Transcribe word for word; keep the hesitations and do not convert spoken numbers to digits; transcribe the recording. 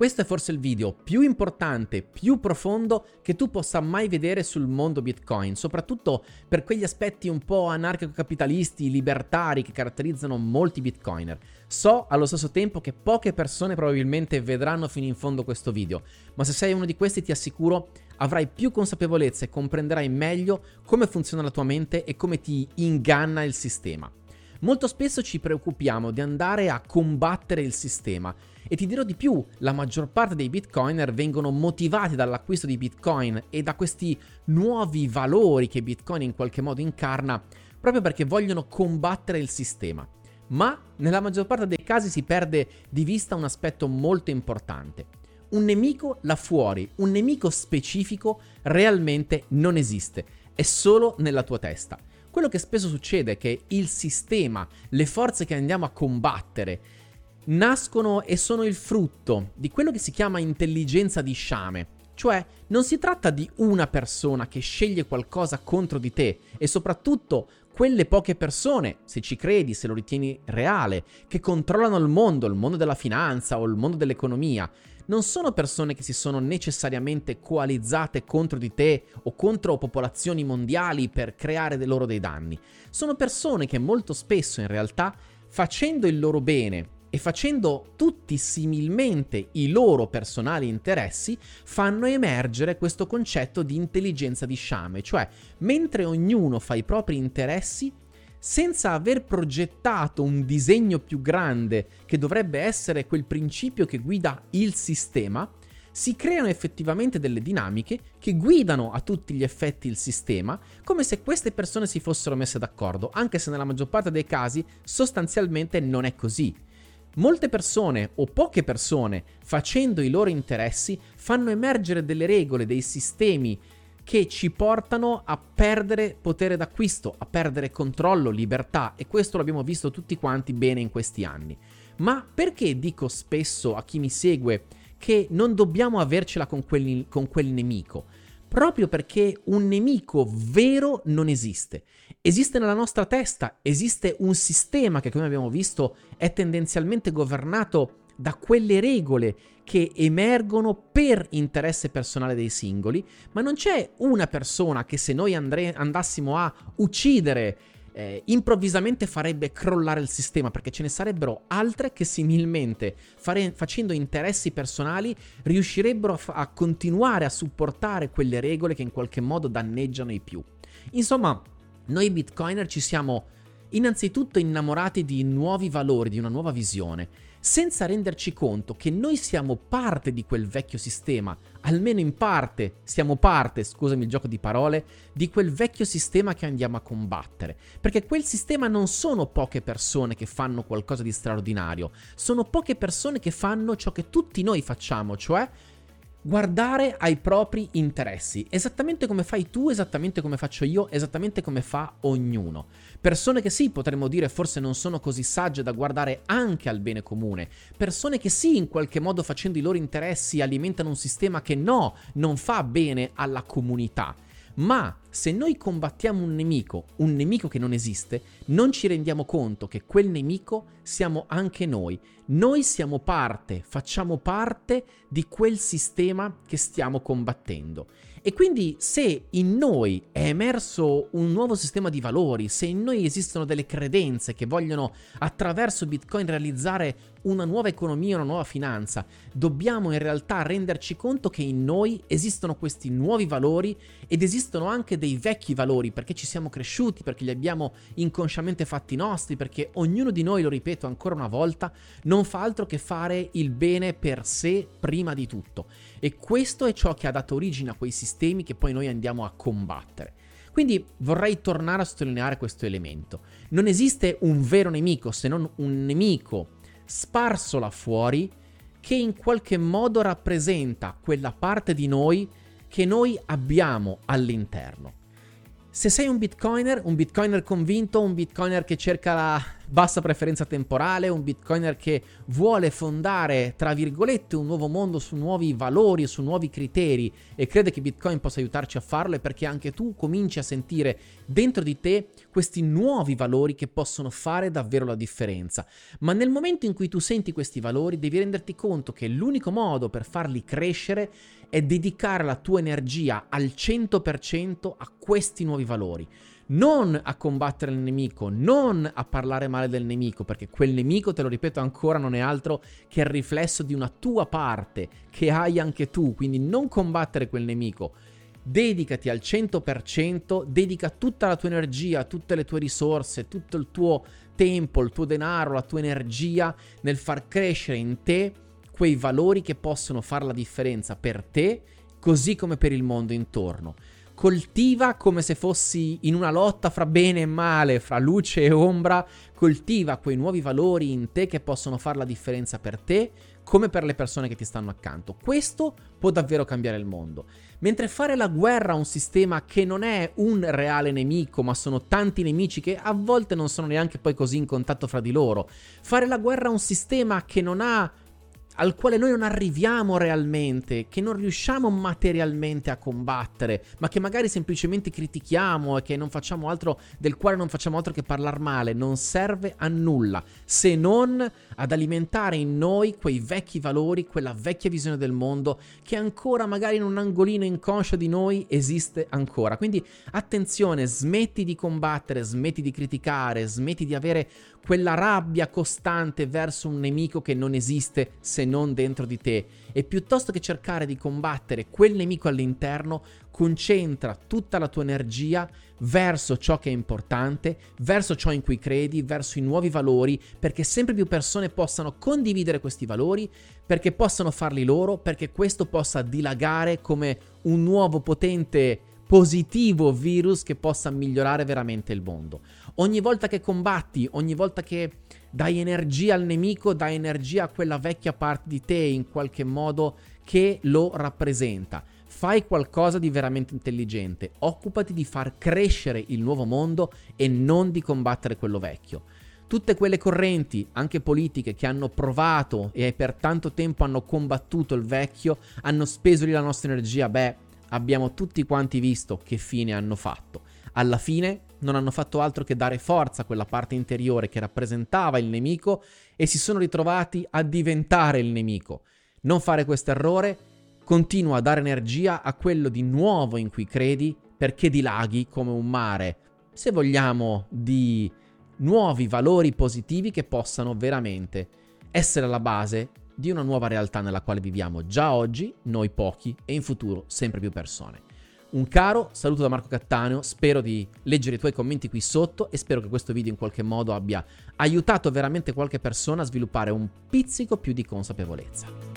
Questo è forse il video più importante, più profondo che tu possa mai vedere sul mondo Bitcoin, soprattutto per quegli aspetti un po' anarchico-capitalisti, libertari che caratterizzano molti Bitcoiner. So allo stesso tempo che poche persone probabilmente vedranno fino in fondo questo video, ma se sei uno di questi ti assicuro avrai più consapevolezza e comprenderai meglio come funziona la tua mente e come ti inganna il sistema. Molto spesso ci preoccupiamo di andare a combattere il sistema e ti dirò di più, la maggior parte dei Bitcoiner vengono motivati dall'acquisto di Bitcoin e da questi nuovi valori che Bitcoin in qualche modo incarna proprio perché vogliono combattere il sistema. Ma nella maggior parte dei casi si perde di vista un aspetto molto importante. Un nemico là fuori, un nemico specifico realmente non esiste, è solo nella tua testa. Quello che spesso succede è che il sistema, le forze che andiamo a combattere, nascono e sono il frutto di quello che si chiama intelligenza di sciame. Cioè, non si tratta di una persona che sceglie qualcosa contro di te e soprattutto quelle poche persone, se ci credi, se lo ritieni reale, che controllano il mondo, il mondo della finanza o il mondo dell'economia, non sono persone che si sono necessariamente coalizzate contro di te o contro popolazioni mondiali per creare dei loro dei danni. Sono persone che molto spesso in realtà, facendo il loro bene e facendo tutti similmente i loro personali interessi, fanno emergere questo concetto di intelligenza di sciame, cioè mentre ognuno fa i propri interessi, senza aver progettato un disegno più grande che dovrebbe essere quel principio che guida il sistema, si creano effettivamente delle dinamiche che guidano a tutti gli effetti il sistema, come se queste persone si fossero messe d'accordo, anche se nella maggior parte dei casi sostanzialmente non è così. Molte persone o poche persone, facendo i loro interessi, fanno emergere delle regole, dei sistemi che ci portano a perdere potere d'acquisto, a perdere controllo, libertà, e questo l'abbiamo visto tutti quanti bene in questi anni. Ma perché dico spesso a chi mi segue che non dobbiamo avercela con quel, con quel nemico? Proprio perché un nemico vero non esiste. Esiste nella nostra testa, esiste un sistema che, come abbiamo visto, è tendenzialmente governato da quelle regole che emergono per interesse personale dei singoli, ma non c'è una persona che se noi andre- andassimo a uccidere eh, improvvisamente farebbe crollare il sistema, perché ce ne sarebbero altre che similmente fare- facendo interessi personali riuscirebbero a, fa- a continuare a supportare quelle regole che in qualche modo danneggiano i più. Insomma, noi Bitcoiner ci siamo innanzitutto innamorati di nuovi valori, di una nuova visione, senza renderci conto che noi siamo parte di quel vecchio sistema, almeno in parte, siamo parte, scusami il gioco di parole, di quel vecchio sistema che andiamo a combattere. Perché quel sistema non sono poche persone che fanno qualcosa di straordinario, sono poche persone che fanno ciò che tutti noi facciamo, cioè guardare ai propri interessi, esattamente come fai tu, esattamente come faccio io, esattamente come fa ognuno. Persone che sì, potremmo dire forse non sono così sagge da guardare anche al bene comune, persone che sì, in qualche modo facendo i loro interessi alimentano un sistema che no, non fa bene alla comunità. Ma se noi combattiamo un nemico, un nemico che non esiste, non ci rendiamo conto che quel nemico siamo anche noi. Noi siamo parte, facciamo parte di quel sistema che stiamo combattendo. E quindi se in noi è emerso un nuovo sistema di valori, se in noi esistono delle credenze che vogliono attraverso Bitcoin realizzare una nuova economia, una nuova finanza, dobbiamo in realtà renderci conto che in noi esistono questi nuovi valori ed esistono anche dei vecchi valori, perché ci siamo cresciuti, perché li abbiamo inconsciamente fatti nostri, perché ognuno di noi, lo ripeto ancora una volta, non fa altro che fare il bene per sé prima di tutto. E questo è ciò che ha dato origine a quei sistemi che poi noi andiamo a combattere. Quindi vorrei tornare a sottolineare questo elemento. Non esiste un vero nemico, se non un nemico sparso là fuori che in qualche modo rappresenta quella parte di noi che noi abbiamo all'interno. Se sei un bitcoiner, un bitcoiner convinto, un bitcoiner che cerca la, bassa preferenza temporale, un bitcoiner che vuole fondare, tra virgolette, un nuovo mondo su nuovi valori, su nuovi criteri e crede che Bitcoin possa aiutarci a farlo, è perché anche tu cominci a sentire dentro di te questi nuovi valori che possono fare davvero la differenza. Ma nel momento in cui tu senti questi valori devi renderti conto che l'unico modo per farli crescere è dedicare la tua energia al cento per cento a questi nuovi valori. Non a combattere il nemico, non a parlare male del nemico, perché quel nemico, te lo ripeto ancora, non è altro che il riflesso di una tua parte che hai anche tu, quindi non combattere quel nemico. Dedicati al cento per cento, dedica tutta la tua energia, tutte le tue risorse, tutto il tuo tempo, il tuo denaro, la tua energia nel far crescere in te quei valori che possono fare la differenza per te, così come per il mondo intorno. Coltiva come se fossi in una lotta fra bene e male, fra luce e ombra, coltiva quei nuovi valori in te che possono fare la differenza per te, come per le persone che ti stanno accanto. Questo può davvero cambiare il mondo. Mentre fare la guerra a un sistema che non è un reale nemico, ma sono tanti nemici che a volte non sono neanche poi così in contatto fra di loro. Fare la guerra a un sistema che non ha al quale noi non arriviamo realmente, che non riusciamo materialmente a combattere, ma che magari semplicemente critichiamo e che non facciamo altro, del quale non facciamo altro che parlare male, non serve a nulla, se non ad alimentare in noi quei vecchi valori, quella vecchia visione del mondo che ancora magari in un angolino inconscio di noi esiste ancora. Quindi attenzione, smetti di combattere, smetti di criticare, smetti di avere quella rabbia costante verso un nemico che non esiste se non dentro di te, e piuttosto che cercare di combattere quel nemico all'interno, concentra tutta la tua energia verso ciò che è importante, verso ciò in cui credi, verso i nuovi valori, perché sempre più persone possano condividere questi valori, perché possano farli loro, perché questo possa dilagare come un nuovo potente positivo virus che possa migliorare veramente il mondo. Ogni volta che combatti, ogni volta che dai energia al nemico, dai energia a quella vecchia parte di te in qualche modo che lo rappresenta. Fai qualcosa di veramente intelligente, occupati di far crescere il nuovo mondo e non di combattere quello vecchio. Tutte quelle correnti, anche politiche, che hanno provato e per tanto tempo hanno combattuto il vecchio, hanno speso lì la nostra energia, beh, abbiamo tutti quanti visto che fine hanno fatto. Alla fine non hanno fatto altro che dare forza a quella parte interiore che rappresentava il nemico e si sono ritrovati a diventare il nemico. Non fare questo errore, continua a dare energia a quello di nuovo in cui credi, perché dilaghi come un mare, se vogliamo, di nuovi valori positivi che possano veramente essere alla base di una nuova realtà nella quale viviamo già oggi, noi pochi, e in futuro sempre più persone. Un caro saluto da Marco Cattaneo, spero di leggere i tuoi commenti qui sotto e spero che questo video in qualche modo abbia aiutato veramente qualche persona a sviluppare un pizzico più di consapevolezza.